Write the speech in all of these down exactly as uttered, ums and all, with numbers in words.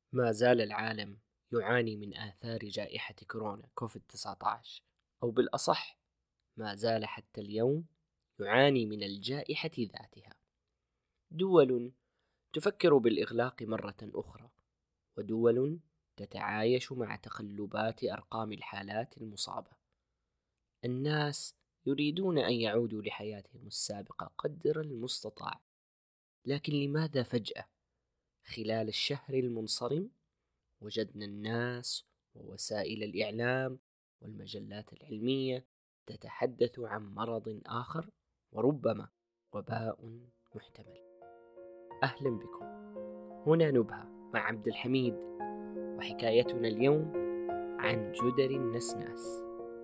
ما زال العالم يعاني من آثار جائحة كورونا كوفيد تسعة عشر، أو بالأصح ما زال حتى اليوم يعاني من الجائحة ذاتها. دول تفكر بالإغلاق مرة أخرى، ودول تتعايش مع تقلبات أرقام الحالات المصابة. الناس يريدون أن يعودوا لحياتهم السابقة قدر المستطاع، لكن لماذا فجأة خلال الشهر المنصرم وجدنا الناس ووسائل الإعلام والمجلات العلمية تتحدث عن مرض آخر وربما وباء محتمل؟ أهلا بكم، هنا نبهة مع عبد الحميد، وحكايتنا اليوم عن جدري النسناس.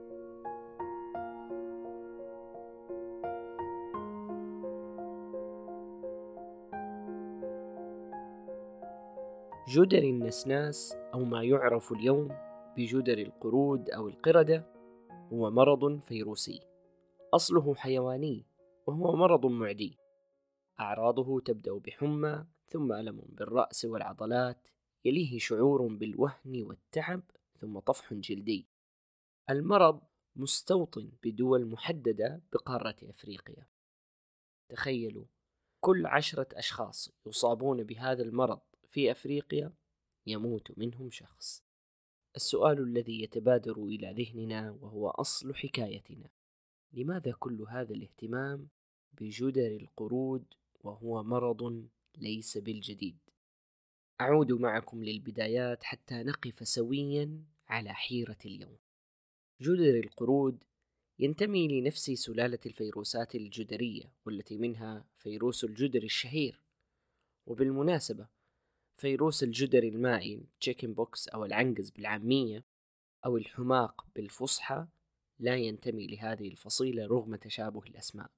جدري النسناس، أو ما يعرف اليوم بجدري القرود أو القردة، هو مرض فيروسي أصله حيواني، وهو مرض معدي. أعراضه تبدأ بحمى، ثم ألم بالرأس والعضلات، يليه شعور بالوهن والتعب، ثم طفح جلدي. المرض مستوطن بدول محددة بقارة أفريقيا. تخيلوا، كل عشرة أشخاص يصابون بهذا المرض في أفريقيا يموت منهم شخص. السؤال الذي يتبادر إلى ذهننا وهو أصل حكايتنا: لماذا كل هذا الاهتمام بجدري القرود وهو مرض ليس بالجديد؟ أعود معكم للبدايات حتى نقف سويا على حيرة اليوم. جدري القرود ينتمي لنفس سلالة الفيروسات الجدرية، والتي منها فيروس الجدري الشهير. وبالمناسبة، فيروس الجدري المائي تشيكن بوكس أو العنقز بالعامية، أو الحماق بالفصحى، لا ينتمي لهذه الفصيلة رغم تشابه الأسماء.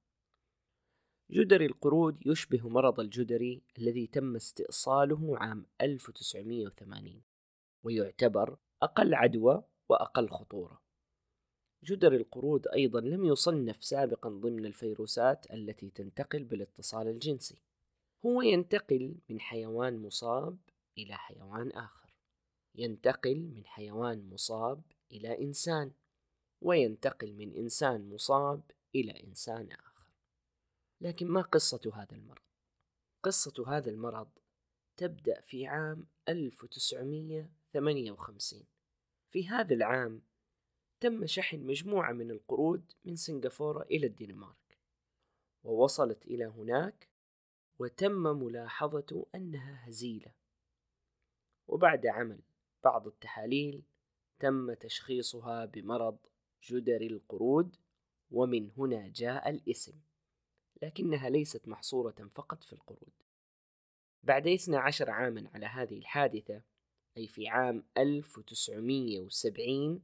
جدري القرود يشبه مرض الجدري الذي تم استئصاله عام ألف وتسعمائة وثمانين، ويعتبر أقل عدوى وأقل خطورة. جدري القرود أيضا لم يصنف سابقا ضمن الفيروسات التي تنتقل بالاتصال الجنسي. هو ينتقل من حيوان مصاب إلى حيوان آخر، ينتقل من حيوان مصاب إلى إنسان، وينتقل من إنسان مصاب إلى إنسان آخر. لكن ما قصة هذا المرض؟ قصة هذا المرض تبدأ في عام ألف وتسعمائة وثمانية وخمسين. في هذا العام تم شحن مجموعة من القرود من سنغافورة إلى الدنمارك، ووصلت إلى هناك وتم ملاحظة أنها هزيلة. وبعد عمل بعض التحاليل تم تشخيصها بمرض جدري القرود، ومن هنا جاء الاسم، لكنها ليست محصورة فقط في القرود. بعد اثني عشر عاما على هذه الحادثة، أي في عام ألف وتسعمائة وسبعين،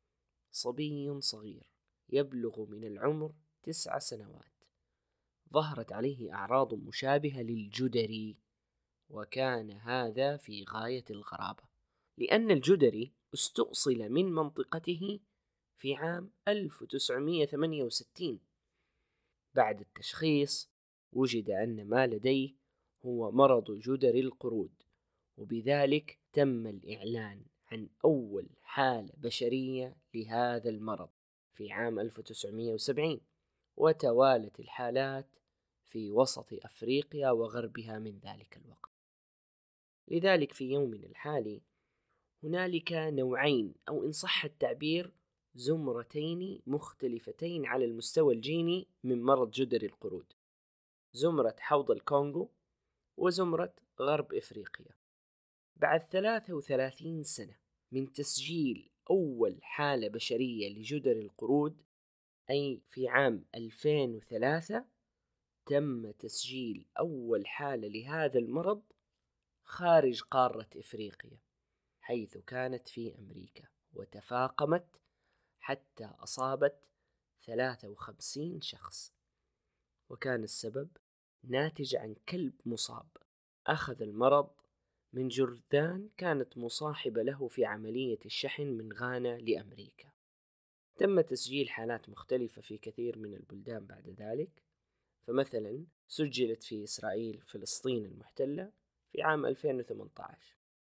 صبي صغير يبلغ من العمر تسع سنوات ظهرت عليه أعراض مشابهة للجدري، وكان هذا في غاية الغرابة، لأن الجدري استؤصل من منطقته في عام ألف وتسعمائة وثمانية وستين. بعد التشخيص وجد أن ما لديه هو مرض جدري القرود، وبذلك تم الإعلان عن أول حالة بشرية لهذا المرض في عام ألف وتسعمائة وسبعين، وتوالت الحالات في وسط أفريقيا وغربها من ذلك الوقت. لذلك في يومنا الحالي هنالك نوعين، أو إن صح التعبير زمرتين مختلفتين على المستوى الجيني من مرض جدري القرود: زمرة حوض الكونغو وزمرة غرب إفريقيا. بعد ثلاثة وثلاثين سنة من تسجيل أول حالة بشرية لجدري القرود، أي في عام ألفين وثلاثة، تم تسجيل أول حالة لهذا المرض خارج قارة إفريقيا، حيث كانت في أمريكا، وتفاقمت حتى أصابت ثلاثة وخمسين شخص. وكان السبب ناتج عن كلب مصاب أخذ المرض من جرذان كانت مصاحبة له في عملية الشحن من غانا لأمريكا. تم تسجيل حالات مختلفة في كثير من البلدان بعد ذلك، فمثلا سجلت في إسرائيل فلسطين المحتلة في عام ألفين وثمانية عشر،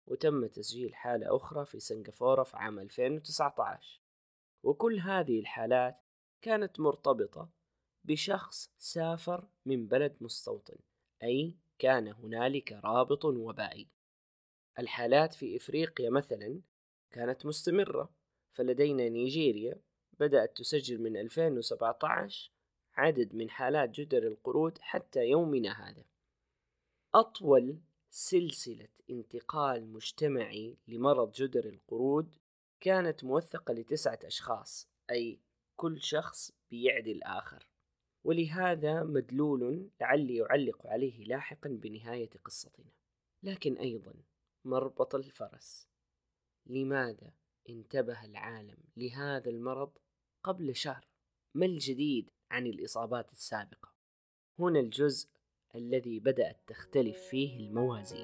وتم تسجيل حالة أخرى في سنغافورة في عام ألفين وتسعة عشر. وكل هذه الحالات كانت مرتبطة بشخص سافر من بلد مستوطن، أي كان هنالك رابط وبائي. الحالات في إفريقيا مثلا كانت مستمرة، فلدينا نيجيريا بدأت تسجل من ألفين وسبعة عشر عدد من حالات جدر القرود حتى يومنا هذا. أطول سلسلة انتقال مجتمعي لمرض جدر القرود كانت موثقة لتسعة أشخاص، أي كل شخص بيعدي الآخر، ولهذا مدلول لعلي أعلق عليه لاحقا بنهاية قصتنا. لكن أيضا مربط الفرس، لماذا انتبه العالم لهذا المرض قبل شهر؟ ما الجديد عن الإصابات السابقة؟ هنا الجزء الذي بدأت تختلف فيه الموازين.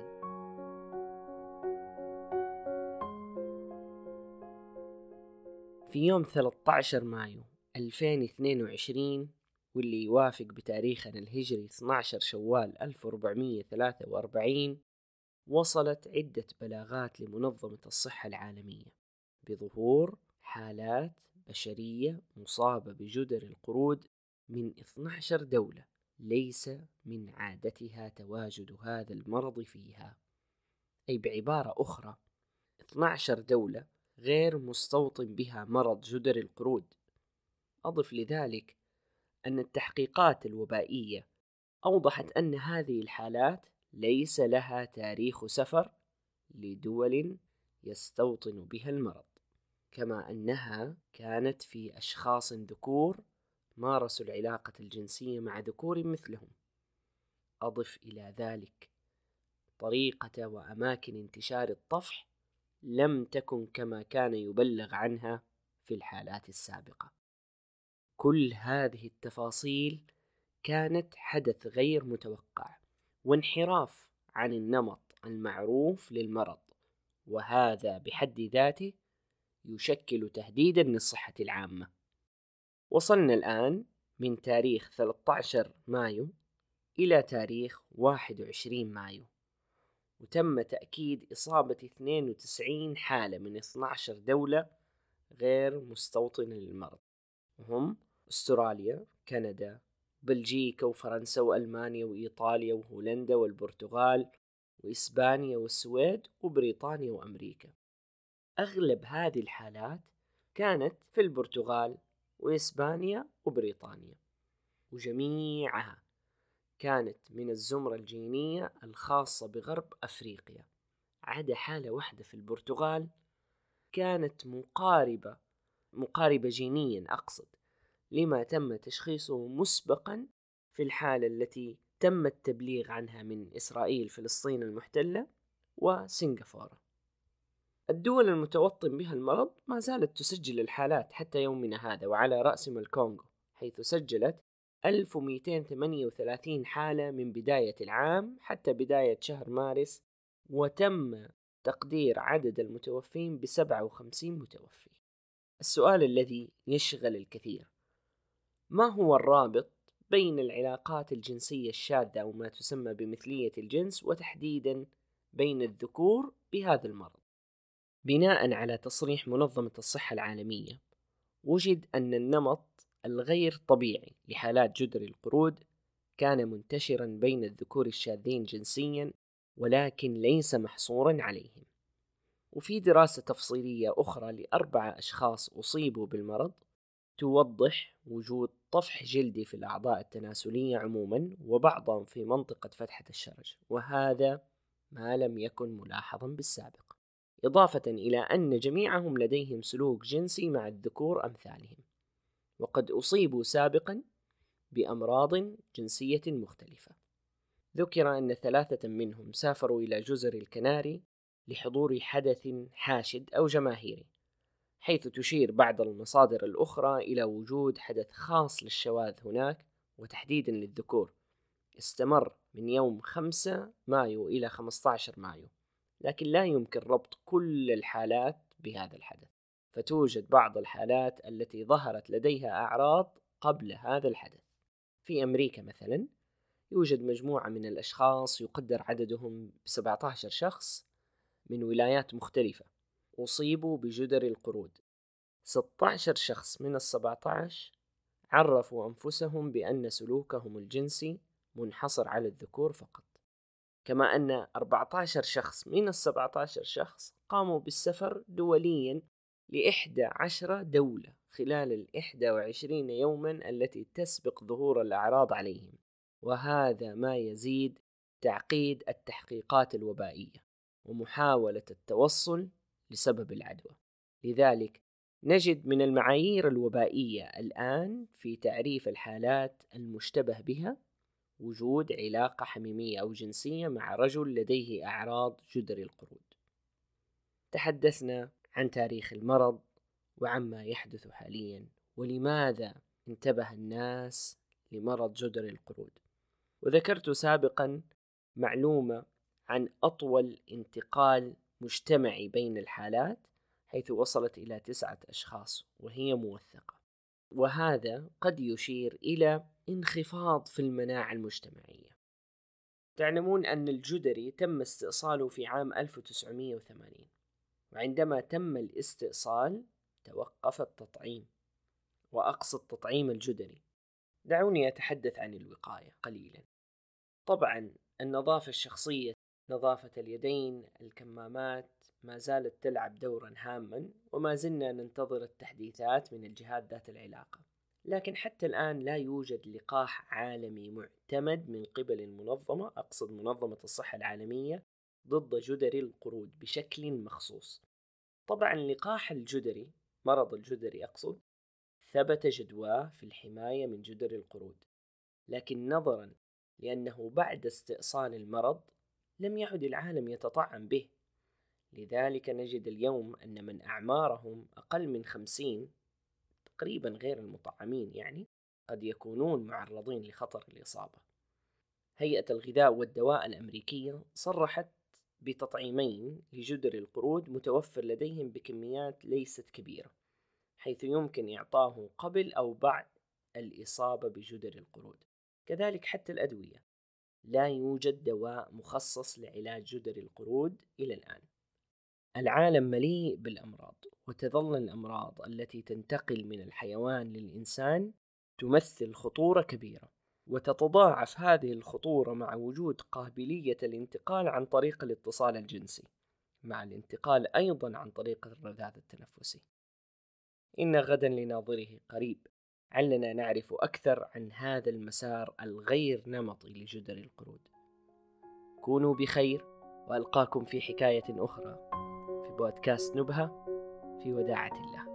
في يوم ثلاثة عشر مايو ألفين واثنين وعشرين، واللي يوافق بتاريخنا الهجري اثنا عشر شوال ألف وأربعمائة وثلاثة وأربعين، وصلت عدة بلاغات لمنظمة الصحة العالمية بظهور حالات بشرية مصابة بجدر القرود من اثنتي عشرة دولة ليس من عادتها تواجد هذا المرض فيها. أي بعبارة أخرى، اثنتي عشرة دولة غير مستوطن بها مرض جدر القرود. أضف لذلك أن التحقيقات الوبائية أوضحت أن هذه الحالات ليس لها تاريخ سفر لدول يستوطن بها المرض، كما أنها كانت في أشخاص ذكور مارسوا العلاقة الجنسية مع ذكور مثلهم. أضف إلى ذلك طريقة وأماكن انتشار الطفح لم تكن كما كان يبلغ عنها في الحالات السابقة. كل هذه التفاصيل كانت حدث غير متوقع وانحراف عن النمط المعروف للمرض، وهذا بحد ذاته يشكل تهديدا للصحة العامة. وصلنا الآن من تاريخ ثلاثة عشر مايو إلى تاريخ واحد وعشرين مايو، وتم تأكيد إصابة اثنين وتسعين حالة من اثنتي عشرة دولة غير مستوطنة للمرض، وهم أستراليا، كندا، بلجيكا وفرنسا وألمانيا وإيطاليا وهولندا والبرتغال وإسبانيا والسويد وبريطانيا وأمريكا. أغلب هذه الحالات كانت في البرتغال وإسبانيا وبريطانيا، وجميعها كانت من الزمرة الجينية الخاصة بغرب أفريقيا، عدا حالة واحدة في البرتغال كانت مقاربة مقاربة جينيا أقصد لما تم تشخيصه مسبقا في الحالة التي تم التبليغ عنها من إسرائيل، فلسطين المحتلة، وسنغافورة. الدول المتوطن بها المرض ما زالت تسجل الحالات حتى يومنا هذا، وعلى رأسهم الكونغو، حيث سجلت ألف ومئتين وثمانية وثلاثين حالة من بداية العام حتى بداية شهر مارس، وتم تقدير عدد المتوفين بسبعة وخمسين متوفي. السؤال الذي يشغل الكثير، ما هو الرابط بين العلاقات الجنسية الشاذة أو ما تسمى بمثلية الجنس، وتحديدا بين الذكور بهذا المرض؟ بناء على تصريح منظمة الصحة العالمية، وجد أن النمط الغير طبيعي لحالات جدر القرود كان منتشرا بين الذكور الشاذين جنسيا، ولكن ليس محصورا عليهم. وفي دراسة تفصيلية أخرى لأربعة أشخاص أصيبوا بالمرض توضح وجود طفح جلدي في الأعضاء التناسلية عموما، وبعضهم في منطقة فتحة الشرج، وهذا ما لم يكن ملاحظا بالسابق، إضافة إلى أن جميعهم لديهم سلوك جنسي مع الذكور أمثالهم، وقد أصيبوا سابقا بأمراض جنسية مختلفة. ذكر أن ثلاثة منهم سافروا إلى جزر الكناري لحضور حدث حاشد أو جماهيري، حيث تشير بعض المصادر الأخرى إلى وجود حدث خاص للشواذ هناك، وتحديدا للذكور، استمر من يوم خمسة مايو إلى خمسة عشر مايو، لكن لا يمكن ربط كل الحالات بهذا الحدث، فتوجد بعض الحالات التي ظهرت لديها أعراض قبل هذا الحدث. في أمريكا مثلا يوجد مجموعة من الأشخاص يقدر عددهم بسبعة عشر شخص من ولايات مختلفة أصيبوا بجدري القرود. ستة عشر شخص من السبعة عشر عرفوا أنفسهم بأن سلوكهم الجنسي منحصر على الذكور فقط، كما أن أربعة عشر شخص من السبعة عشر شخص قاموا بالسفر دوليا لإحدى عشر دولة خلال الإحدى وعشرين يوما التي تسبق ظهور الأعراض عليهم، وهذا ما يزيد تعقيد التحقيقات الوبائية ومحاولة التوصل لسبب العدوى. لذلك نجد من المعايير الوبائية الآن في تعريف الحالات المشتبه بها وجود علاقة حميمية أو جنسية مع رجل لديه أعراض جدري القرود. تحدثنا عن تاريخ المرض وعما يحدث حاليا ولماذا انتبه الناس لمرض جدري القرود، وذكرت سابقا معلومة عن أطول انتقال مجتمعي بين الحالات حيث وصلت إلى تسعة أشخاص وهي موثقة، وهذا قد يشير إلى انخفاض في المناعة المجتمعية. تعلمون أن الجدري تم استئصاله في عام ألف وتسعمائة وثمانين، وعندما تم الاستئصال توقف التطعيم، وأقصد تطعيم الجدري. دعوني أتحدث عن الوقاية قليلا. طبعا النظافة الشخصية، نظافة اليدين، الكمامات ما زالت تلعب دورا هاما، وما زلنا ننتظر التحديثات من الجهات ذات العلاقة، لكن حتى الآن لا يوجد لقاح عالمي معتمد من قبل المنظمة، أقصد منظمة الصحة العالمية، ضد جدري القرود بشكل مخصوص. طبعا لقاح الجدري، مرض الجدري أقصد، ثبت جدواه في الحماية من جدري القرود، لكن نظرا لأنه بعد استئصال المرض لم يعد العالم يتطعم به، لذلك نجد اليوم أن من أعمارهم أقل من خمسين تقريبا غير المطعمين يعني قد يكونون معرضين لخطر الإصابة. هيئة الغذاء والدواء الأمريكية صرحت بتطعيمين لجدري القرود متوفر لديهم بكميات ليست كبيرة، حيث يمكن إعطاه قبل أو بعد الإصابة بجدري القرود. كذلك حتى الأدوية، لا يوجد دواء مخصص لعلاج جدري القرود إلى الآن. العالم مليء بالأمراض، وتظل الأمراض التي تنتقل من الحيوان للإنسان تمثل خطورة كبيرة، وتتضاعف هذه الخطورة مع وجود قابلية الانتقال عن طريق الاتصال الجنسي، مع الانتقال أيضا عن طريق الرذاذ التنفسي. إن غدا لناظره قريب، علنا نعرف أكثر عن هذا المسار الغير نمطي لجدري القرود. كونوا بخير، وألقاكم في حكاية أخرى في بودكاست نبهة، في وداعة الله.